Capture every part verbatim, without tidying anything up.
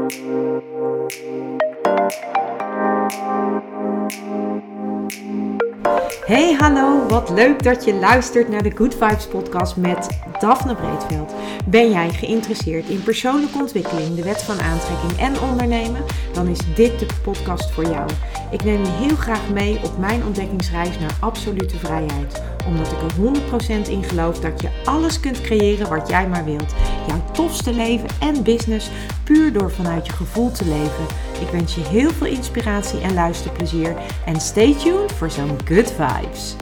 Hey, hallo, wat leuk dat je luistert naar de Good Vibes podcast met Daphne Breedveld. Ben jij geïnteresseerd in persoonlijke ontwikkeling, de wet van aantrekking en ondernemen? Dan is dit de podcast voor jou. Ik neem je heel graag mee op mijn ontdekkingsreis naar absolute vrijheid. Omdat ik er honderd procent in geloof dat je alles kunt creëren wat jij maar wilt. Jouw tofste leven en business puur door vanuit je gevoel te leven. Ik wens je heel veel inspiratie en luisterplezier. En stay tuned voor zo'n good vibes.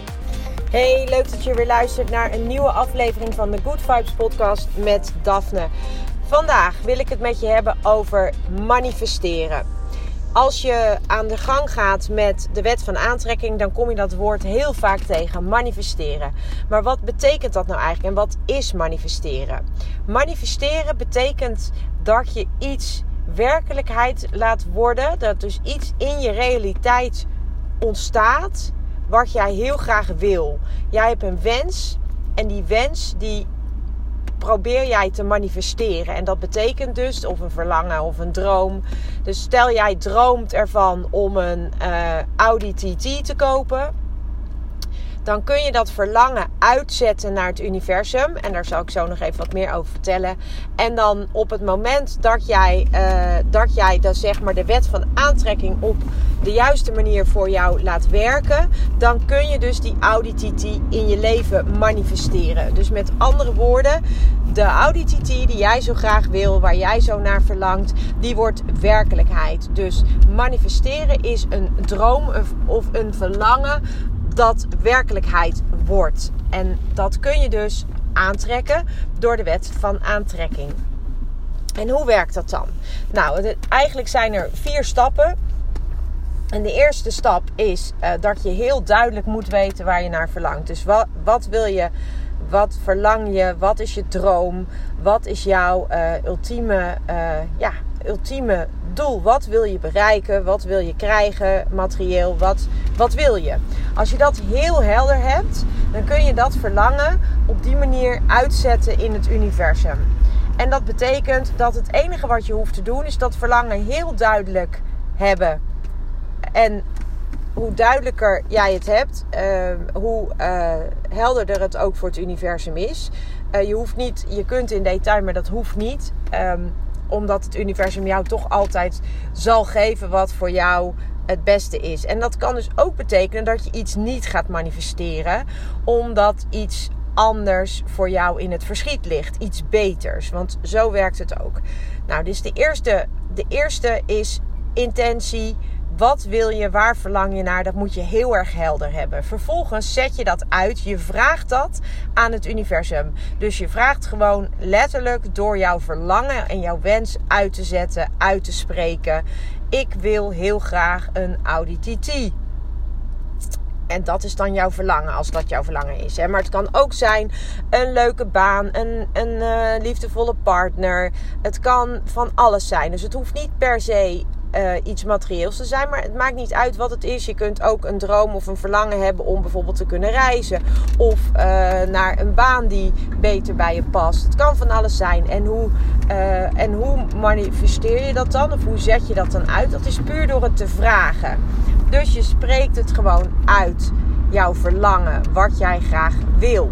Hey, leuk dat je weer luistert naar een nieuwe aflevering van de Good Vibes podcast met Daphne. Vandaag wil ik het met je hebben over manifesteren. Als je aan de gang gaat met de wet van aantrekking, dan kom je dat woord heel vaak tegen, manifesteren. Maar wat betekent dat nou eigenlijk en wat is manifesteren? Manifesteren betekent dat je iets werkelijkheid laat worden, dat dus iets in je realiteit ontstaat wat jij heel graag wil. Jij hebt een wens en die wens die probeer jij te manifesteren. En dat betekent dus of een verlangen of een droom. Dus stel jij droomt ervan om een uh, Audi T T te kopen, dan kun je dat verlangen uitzetten naar het universum. En daar zal ik zo nog even wat meer over vertellen. En dan op het moment dat jij, uh, dat jij dan zeg maar de wet van aantrekking op de juiste manier voor jou laat werken, dan kun je dus die Audi T T in je leven manifesteren. Dus met andere woorden, de Audi T T die jij zo graag wil, waar jij zo naar verlangt, die wordt werkelijkheid. Dus manifesteren is een droom of een verlangen dat werkelijkheid wordt. En dat kun je dus aantrekken door de wet van aantrekking. En hoe werkt dat dan? Nou, het, eigenlijk zijn er vier stappen. En de eerste stap is uh, dat je heel duidelijk moet weten waar je naar verlangt. Dus wat, wat wil je, wat verlang je, wat is je droom, wat is jouw uh, ultieme, uh, ja, ultieme doel? Wat wil je bereiken? Wat wil je krijgen? Materieel, wat, wat wil je? Als je dat heel helder hebt, dan kun je dat verlangen op die manier uitzetten in het universum. En dat betekent dat het enige wat je hoeft te doen is dat verlangen heel duidelijk hebben. En hoe duidelijker jij het hebt, uh, hoe uh, helderder het ook voor het universum is. Uh, je hoeft niet, je kunt in detail, maar dat hoeft niet. Um, omdat het universum jou toch altijd zal geven wat voor jou het beste is. En dat kan dus ook betekenen dat je iets niet gaat manifesteren, omdat iets anders voor jou in het verschiet ligt. Iets beters. Want zo werkt het ook. Nou, dus de eerste, de eerste is intentie. Wat wil je? Waar verlang je naar? Dat moet je heel erg helder hebben. Vervolgens zet je dat uit. Je vraagt dat aan het universum. Dus je vraagt gewoon letterlijk door jouw verlangen en jouw wens uit te zetten, uit te spreken. Ik wil heel graag een Audi T T. En dat is dan jouw verlangen, als dat jouw verlangen is. Hè? Maar het kan ook zijn een leuke baan, een, een uh, liefdevolle partner. Het kan van alles zijn. Dus het hoeft niet per se Uh, iets materieels te zijn, maar het maakt niet uit wat het is. Je kunt ook een droom of een verlangen hebben om bijvoorbeeld te kunnen reizen of uh, naar een baan die beter bij je past. Het kan van alles zijn. En hoe, uh, en hoe manifesteer je dat dan? Of hoe zet je dat dan uit? Dat is puur door het te vragen. Dus je spreekt het gewoon uit, jouw verlangen, wat jij graag wil.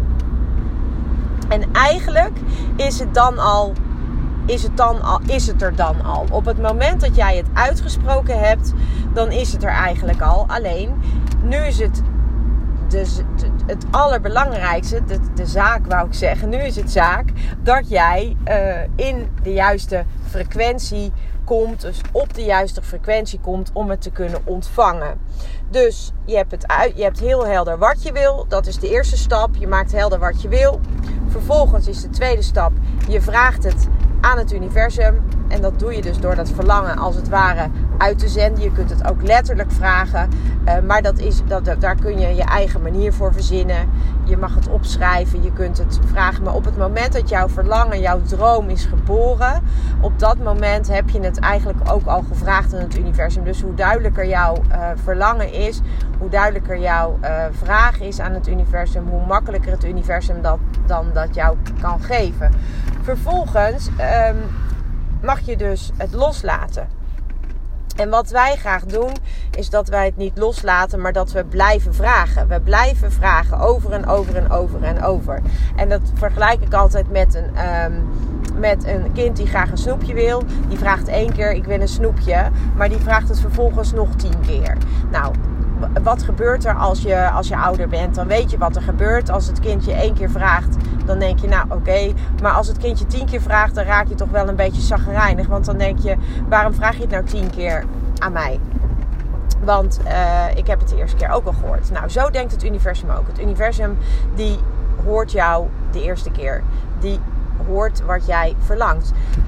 En eigenlijk is het dan al Is het, dan al, is het er dan al. Op het moment dat jij het uitgesproken hebt, dan is het er eigenlijk al. Alleen, nu is het dus het allerbelangrijkste, de, de zaak wou ik zeggen. Nu is het zaak dat jij uh, in de juiste frequentie komt. Dus op de juiste frequentie komt om het te kunnen ontvangen. Dus je hebt, het uit, je hebt heel helder wat je wil. Dat is de eerste stap. Je maakt helder wat je wil. Vervolgens is de tweede stap. Je vraagt het aan het universum. En dat doe je dus door dat verlangen als het ware uit te zenden. Je kunt het ook letterlijk vragen. Uh, maar dat is, dat, daar kun je je eigen manier voor verzinnen. Je mag het opschrijven. Je kunt het vragen. Maar op het moment dat jouw verlangen, jouw droom is geboren, op dat moment heb je het eigenlijk ook al gevraagd aan het universum. Dus hoe duidelijker jouw uh, verlangen is, hoe duidelijker jouw uh, vraag is aan het universum, hoe makkelijker het universum dat dan dat jou kan geven. Vervolgens Um, mag je dus het loslaten. En wat wij graag doen, is dat wij het niet loslaten, maar dat we blijven vragen. We blijven vragen, over en over en over en over. En dat vergelijk ik altijd met een, um, met een kind die graag een snoepje wil. Die vraagt één keer, ik wil een snoepje. Maar die vraagt het vervolgens nog tien keer. Nou, wat gebeurt er als je, als je ouder bent? Dan weet je wat er gebeurt. Als het kindje één keer vraagt, dan denk je, nou oké. Okay. Maar als het kindje tien keer vraagt, dan raak je toch wel een beetje chagrijnig. Want dan denk je, waarom vraag je het nou tien keer aan mij? Want uh, ik heb het de eerste keer ook al gehoord. Nou, zo denkt het universum ook. Het universum, die hoort jou de eerste keer. Die hoort wat jij verlangt.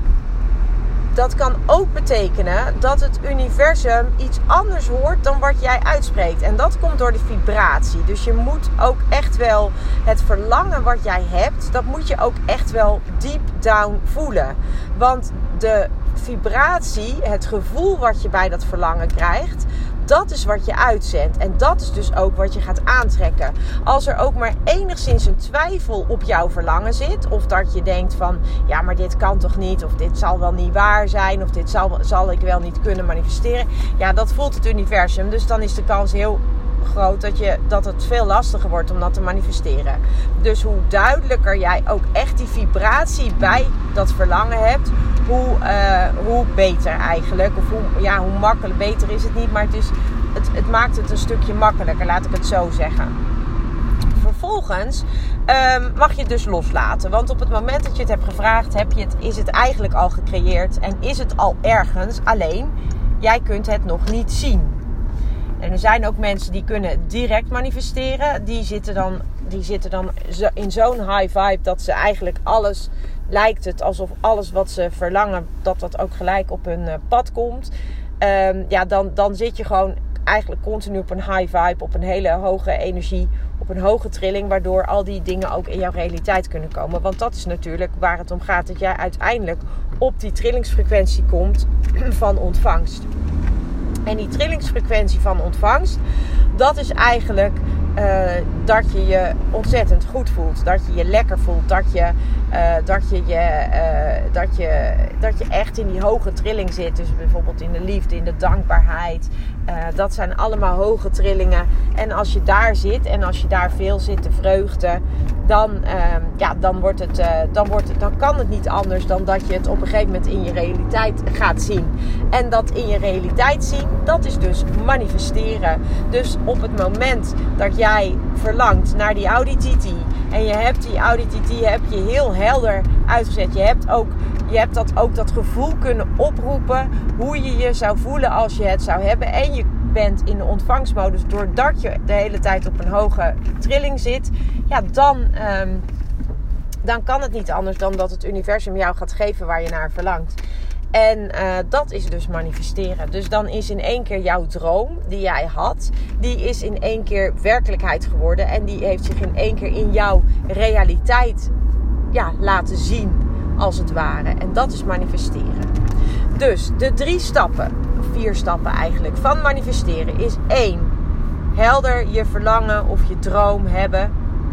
Dat kan ook betekenen dat het universum iets anders hoort dan wat jij uitspreekt. En dat komt door de vibratie. Dus je moet ook echt wel het verlangen wat jij hebt, dat moet je ook echt wel deep down voelen. Want de vibratie, het gevoel wat je bij dat verlangen krijgt, dat is wat je uitzendt. En dat is dus ook wat je gaat aantrekken. Als er ook maar enigszins een twijfel op jouw verlangen zit, of dat je denkt van, ja, maar dit kan toch niet, of dit zal wel niet waar zijn, of dit zal, zal ik wel niet kunnen manifesteren. Ja, dat voelt het universum. Dus dan is de kans heel groot dat, je, dat het veel lastiger wordt om dat te manifesteren. Dus hoe duidelijker jij ook echt die vibratie bij dat verlangen hebt, hoe, uh, hoe beter eigenlijk. Of hoe, ja, hoe makkelijk, beter is het niet, maar het, is, het, het maakt het een stukje makkelijker, laat ik het zo zeggen. Vervolgens um, mag je het dus loslaten. Want op het moment dat je het hebt gevraagd, heb je het, is het eigenlijk al gecreëerd en is het al ergens. Alleen, jij kunt het nog niet zien. En er zijn ook mensen die kunnen direct manifesteren. Die zitten dan, die zitten dan in zo'n high vibe dat ze eigenlijk alles, lijkt het alsof alles wat ze verlangen, dat dat ook gelijk op hun pad komt. Um, ja, dan, dan zit je gewoon eigenlijk continu op een high vibe, op een hele hoge energie, op een hoge trilling, waardoor al die dingen ook in jouw realiteit kunnen komen. Want dat is natuurlijk waar het om gaat, dat jij uiteindelijk op die trillingsfrequentie komt van ontvangst. En die trillingsfrequentie van ontvangst, dat is eigenlijk uh, dat je je ontzettend goed voelt. Dat je je lekker voelt. Dat je, uh, dat je, je, uh, dat je, dat je echt in die hoge trilling zit. Dus bijvoorbeeld in de liefde, in de dankbaarheid. Uh, dat zijn allemaal hoge trillingen. En als je daar zit en als je daar veel zit, de vreugde, dan, uh, ja, dan, wordt het, uh, dan, wordt het, dan kan het niet anders dan dat je het op een gegeven moment in je realiteit gaat zien. En dat in je realiteit zien, dat is dus manifesteren. Dus op het moment dat jij verlangt naar die Audi T T en je hebt die Audi T T heb je heel helder uitgezet. Je hebt, ook, je hebt dat, ook dat gevoel kunnen oproepen hoe je je zou voelen als je het zou hebben. En je bent in de ontvangstmodus doordat je de hele tijd op een hoge trilling zit. Ja, dan, um, dan kan het niet anders dan dat het universum jou gaat geven waar je naar verlangt. En uh, dat is dus manifesteren. Dus dan is in één keer jouw droom die jij had, die is in één keer werkelijkheid geworden. En die heeft zich in één keer in jouw realiteit ja, laten zien, als het ware. En dat is manifesteren. Dus de drie stappen, vier stappen eigenlijk, van manifesteren is één. Helder je verlangen of je droom hebben.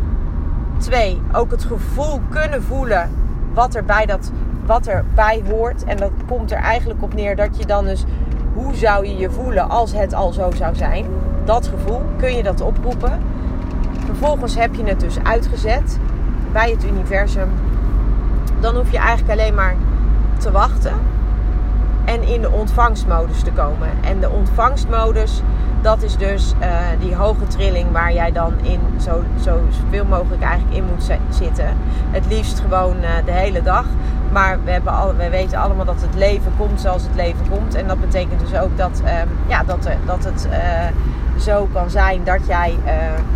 Twee, ook het gevoel kunnen voelen wat er bij dat wat erbij hoort. En dat komt er eigenlijk op neer dat je dan dus, hoe zou je je voelen als het al zo zou zijn? Dat gevoel, kun je dat oproepen. Vervolgens heb je het dus uitgezet bij het universum. Dan hoef je eigenlijk alleen maar te wachten en in de ontvangstmodus te komen. En de ontvangstmodus, dat is dus uh, die hoge trilling waar jij dan in zo, zo veel mogelijk eigenlijk in moet zitten. Het liefst gewoon uh, de hele dag. Maar we, hebben al, we weten allemaal dat het leven komt zoals het leven komt. En dat betekent dus ook dat, uh, ja, dat, uh, dat het uh, zo kan zijn dat jij, uh,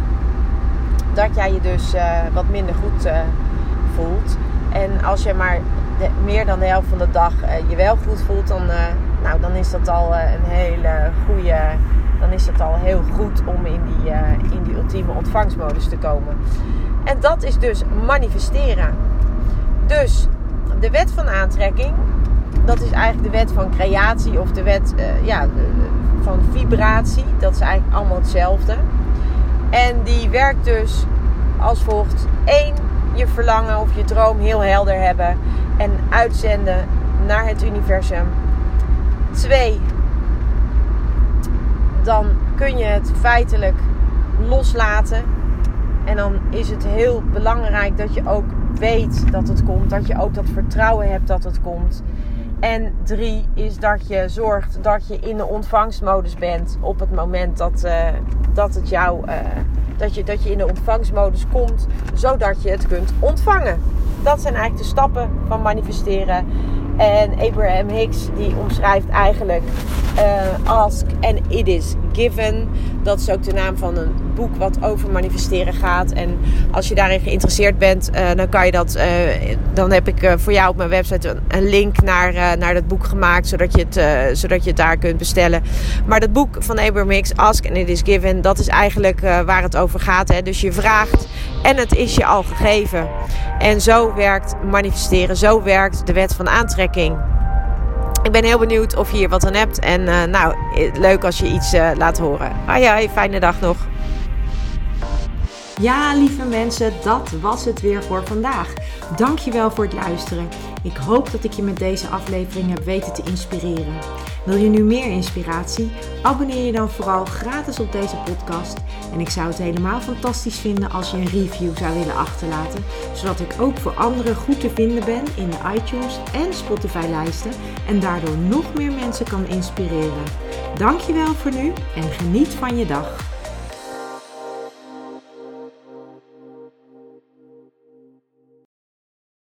dat jij je dus uh, wat minder goed uh, voelt. En als je maar de, meer dan de helft van de dag uh, je wel goed voelt, dan, uh, nou, dan is dat al uh, een hele goede. Dan is het al heel goed om in die, uh, in die ultieme ontvangstmodus te komen. En dat is dus manifesteren. Dus de wet van aantrekking, dat is eigenlijk de wet van creatie of de wet uh, ja, van vibratie. Dat is eigenlijk allemaal hetzelfde. En die werkt dus als volgt. Eén, je verlangen of je droom heel helder hebben en uitzenden naar het universum. Twee, dan kun je het feitelijk loslaten. En dan is het heel belangrijk dat je ook weet dat het komt. Dat je ook dat vertrouwen hebt dat het komt. En drie is dat je zorgt dat je in de ontvangstmodus bent op het moment dat, uh, dat het jou... Uh, dat, je, dat je in de ontvangstmodus komt, zodat je het kunt ontvangen. Dat zijn eigenlijk de stappen van manifesteren. En Abraham Hicks die omschrijft eigenlijk uh, Ask and it is given. Dat is ook de naam van een boek wat over manifesteren gaat. En als je daarin geïnteresseerd bent, uh, dan kan je dat. Uh, dan heb ik uh, voor jou op mijn website een, een link naar, uh, naar dat boek gemaakt, zodat je, het, uh, zodat je het daar kunt bestellen. Maar dat boek van Abraham Hicks, Ask and it is given, dat is eigenlijk uh, waar het over gaat. Hè? Dus je vraagt en het is je al gegeven. En zo werkt manifesteren, zo werkt de wet van aantrekking. Ik ben heel benieuwd of je hier wat aan hebt. En uh, nou, leuk als je iets uh, laat horen. Hoi hoi, fijne dag nog. Ja, lieve mensen, dat was het weer voor vandaag. Dankjewel voor het luisteren. Ik hoop dat ik je met deze aflevering heb weten te inspireren. Wil je nu meer inspiratie? Abonneer je dan vooral gratis op deze podcast. En ik zou het helemaal fantastisch vinden als je een review zou willen achterlaten. Zodat ik ook voor anderen goed te vinden ben in de iTunes en Spotify lijsten. En daardoor nog meer mensen kan inspireren. Dankjewel voor nu en geniet van je dag.